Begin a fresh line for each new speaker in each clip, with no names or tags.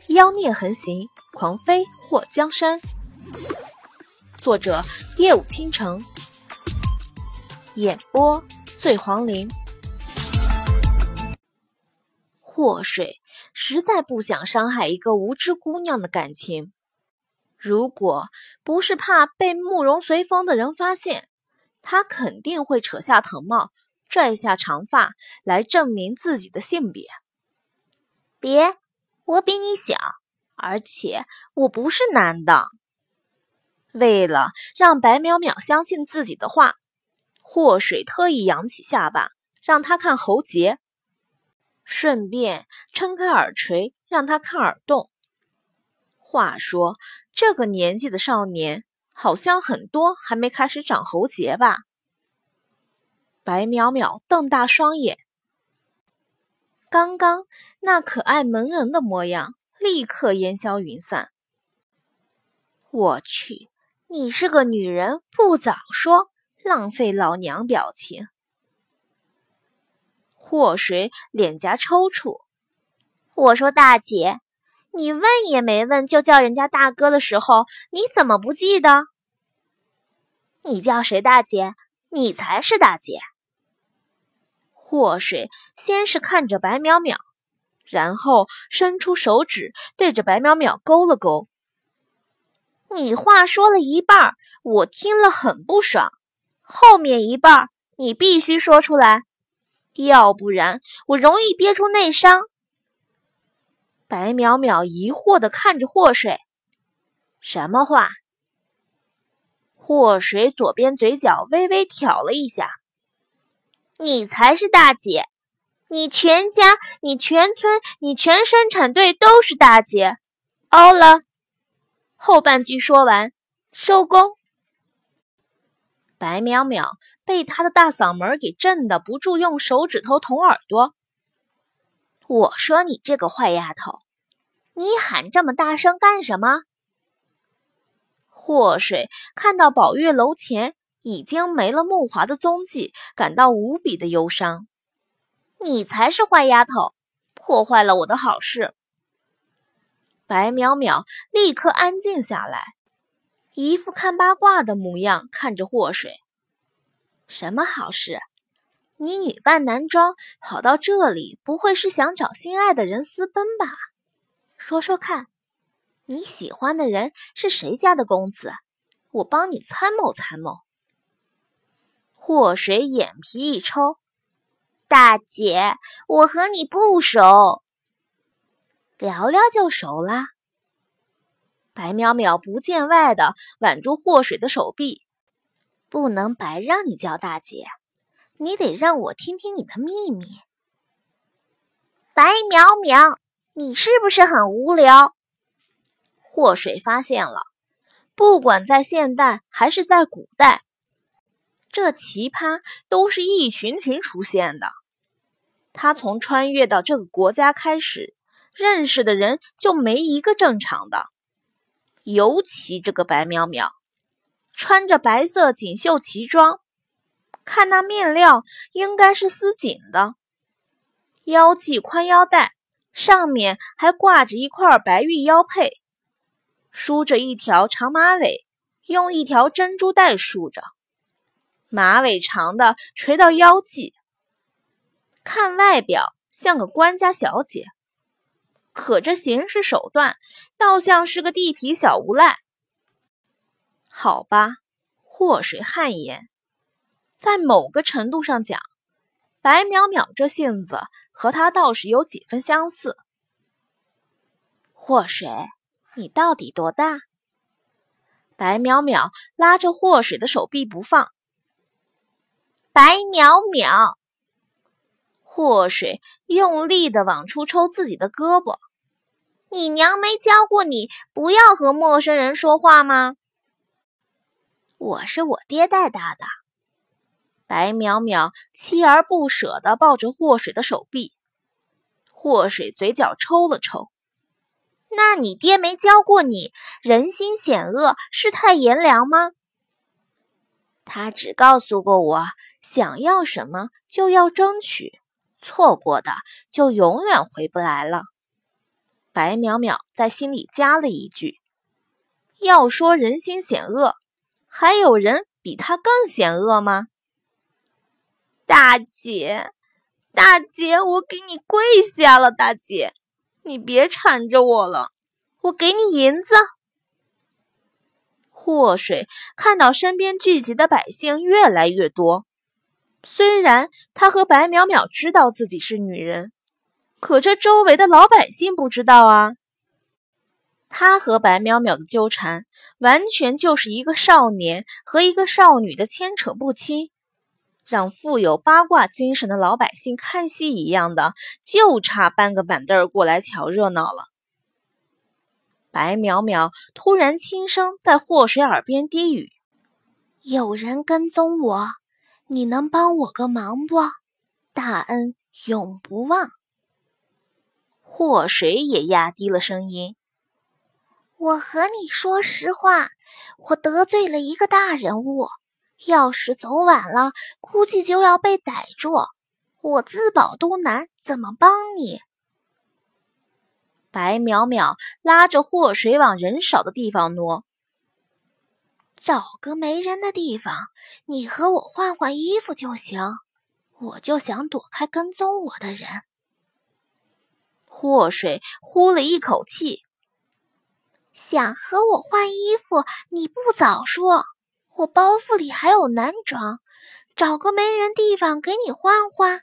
妖孽横行，狂飞祸江山。作者：夜舞倾城，演播：醉黄林。祸水实在不想伤害一个无知姑娘的感情，如果不是怕被慕容随风的人发现，他肯定会扯下藤帽，拽下长发来证明自己的性别。别，我比你小，而且我不是男的。为了让白淼淼相信自己的话，祸水特意扬起下巴，让他看喉结，顺便撑开耳垂，让他看耳洞。话说，这个年纪的少年，好像很多还没开始长喉结吧？白淼淼瞪大双眼，刚刚那可爱萌人的模样立刻烟消云散。我去，你是个女人，不早说，浪费老娘表情。祸水脸颊抽搐，我说大姐，你问也没问就叫人家大哥的时候，你怎么不记得？你叫谁大姐？你才是大姐。祸水先是看着白淼淼，然后伸出手指对着白淼淼勾了勾。你话说了一半，我听了很不爽，后面一半你必须说出来，要不然我容易憋出内伤。白淼淼疑惑地看着祸水，什么话？祸水左边嘴角微微挑了一下，你才是大姐，你全家，你全村，你全生产队都是大姐。欧了。后半句说完，收工。白淼淼被他的大嗓门给震得不住用手指头捅耳朵。我说你这个坏丫头，你喊这么大声干什么？祸水看到宝月楼前已经没了慕华的踪迹，感到无比的忧伤。你才是坏丫头，破坏了我的好事。白淼淼立刻安静下来，一副看八卦的模样看着祸水。什么好事？你女扮男装跑到这里，不会是想找心爱的人私奔吧？说说看，你喜欢的人是谁家的公子？我帮你参谋参谋。祸水眼皮一抽，大姐，我和你不熟。聊聊就熟啦。白淼淼不见外的挽住祸水的手臂，不能白让你叫大姐，你得让我听听你的秘密。白淼淼，你是不是很无聊？祸水发现了，不管在现代还是在古代，这奇葩都是一群群出现的。他从穿越到这个国家开始，认识的人就没一个正常的。尤其这个白淼淼，穿着白色锦绣旗装，看那面料应该是丝锦的，腰系宽腰带，上面还挂着一块白玉腰佩，梳着一条长马尾，用一条珍珠带梳着，马尾长的垂到腰际。看外表像个官家小姐，可这行事手段倒像是个地痞小无赖。好吧，祸水汗颜。在某个程度上讲，白淼淼这性子和他倒是有几分相似。祸水，你到底多大？白淼淼拉着祸水的手臂不放。白淼淼，祸水用力地往出抽自己的胳膊。你娘没教过你不要和陌生人说话吗？我是我爹带大的。白淼淼锲而不舍地抱着祸水的手臂，祸水嘴角抽了抽。那你爹没教过你人心险恶，世态炎凉吗？他只告诉过我，想要什么就要争取，错过的就永远回不来了。 白淼淼在心里加了一句：要说人心险恶，还有人比他更险恶吗？大姐，大姐，我给你跪下了，大姐，你别缠着我了，我给你银子。祸水看到身边聚集的百姓越来越多，虽然他和白淼淼知道自己是女人，可这周围的老百姓不知道啊。他和白淼淼的纠缠，完全就是一个少年和一个少女的牵扯不清，让富有八卦精神的老百姓看戏一样的，就差搬个板凳过来瞧热闹了。白淼淼突然轻声在祸水耳边低语：有人跟踪我，你能帮我个忙不？大恩永不忘。祸水也压低了声音：我和你说实话，我得罪了一个大人物，要是走晚了，估计就要被逮住，我自保都难，怎么帮你？白淼淼拉着祸水往人少的地方挪。找个没人的地方，你和我换换衣服就行，我就想躲开跟踪我的人。祸水呼了一口气，想和我换衣服，你不早说，我包袱里还有男装，找个没人地方给你换换。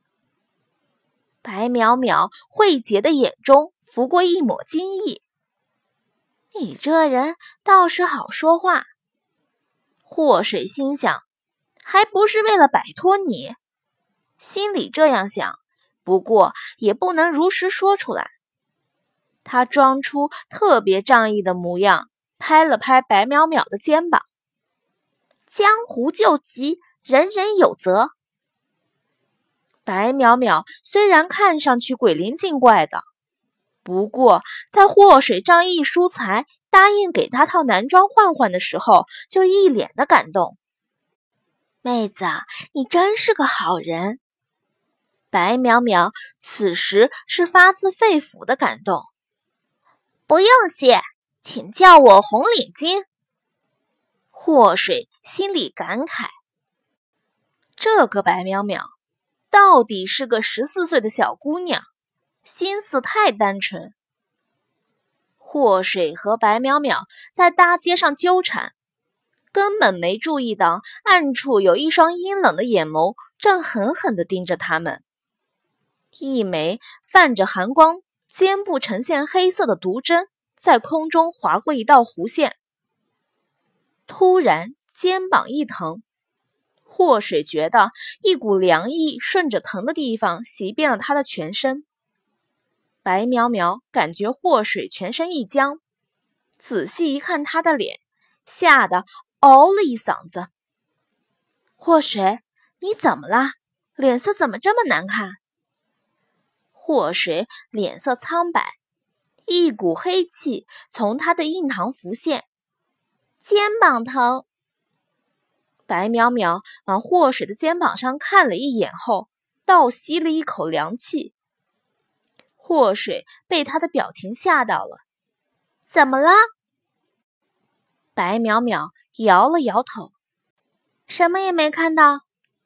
白淼淼慧洁的眼中浮过一抹惊异，你这人倒是好说话。祸水心想，还不是为了摆脱你？心里这样想，不过也不能如实说出来。他装出特别仗义的模样，拍了拍白淼淼的肩膀：江湖救急，人人有责。白淼淼虽然看上去鬼灵精怪的，不过在祸水仗义疏财，答应给他套男装换换的时候，就一脸的感动。妹子，你真是个好人。白淼淼此时是发自肺腑的感动。不用谢，请叫我红领巾。祸水心里感慨，这个白淼淼到底是个14岁的小姑娘，心思太单纯。祸水和白淼淼在大街上纠缠，根本没注意到暗处有一双阴冷的眼眸正狠狠地盯着他们。一枚泛着寒光，肩部呈现黑色的毒针在空中划过一道弧线。突然肩膀一疼，祸水觉得一股凉意顺着疼的地方袭遍了他的全身。白淼淼感觉祸水全身一僵，仔细一看他的脸，吓得嗷了一嗓子。祸水，你怎么了？脸色怎么这么难看？祸水脸色苍白，一股黑气从他的印堂浮现。肩膀疼。白淼淼往祸水的肩膀上看了一眼后，倒吸了一口凉气。祸水被他的表情吓到了。怎么了？白淼淼摇了摇头，什么也没看到。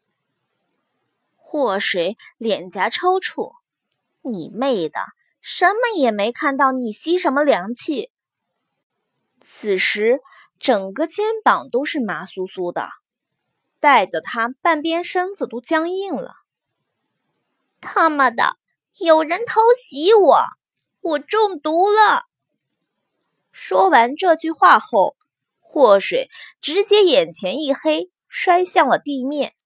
祸水脸颊抽搐，你妹的，什么也没看到，你吸什么凉气？此时整个肩膀都是麻酥酥的，带得他半边身子都僵硬了。他妈的，有人偷袭我，我中毒了。说完这句话后，祸水直接眼前一黑，摔向了地面。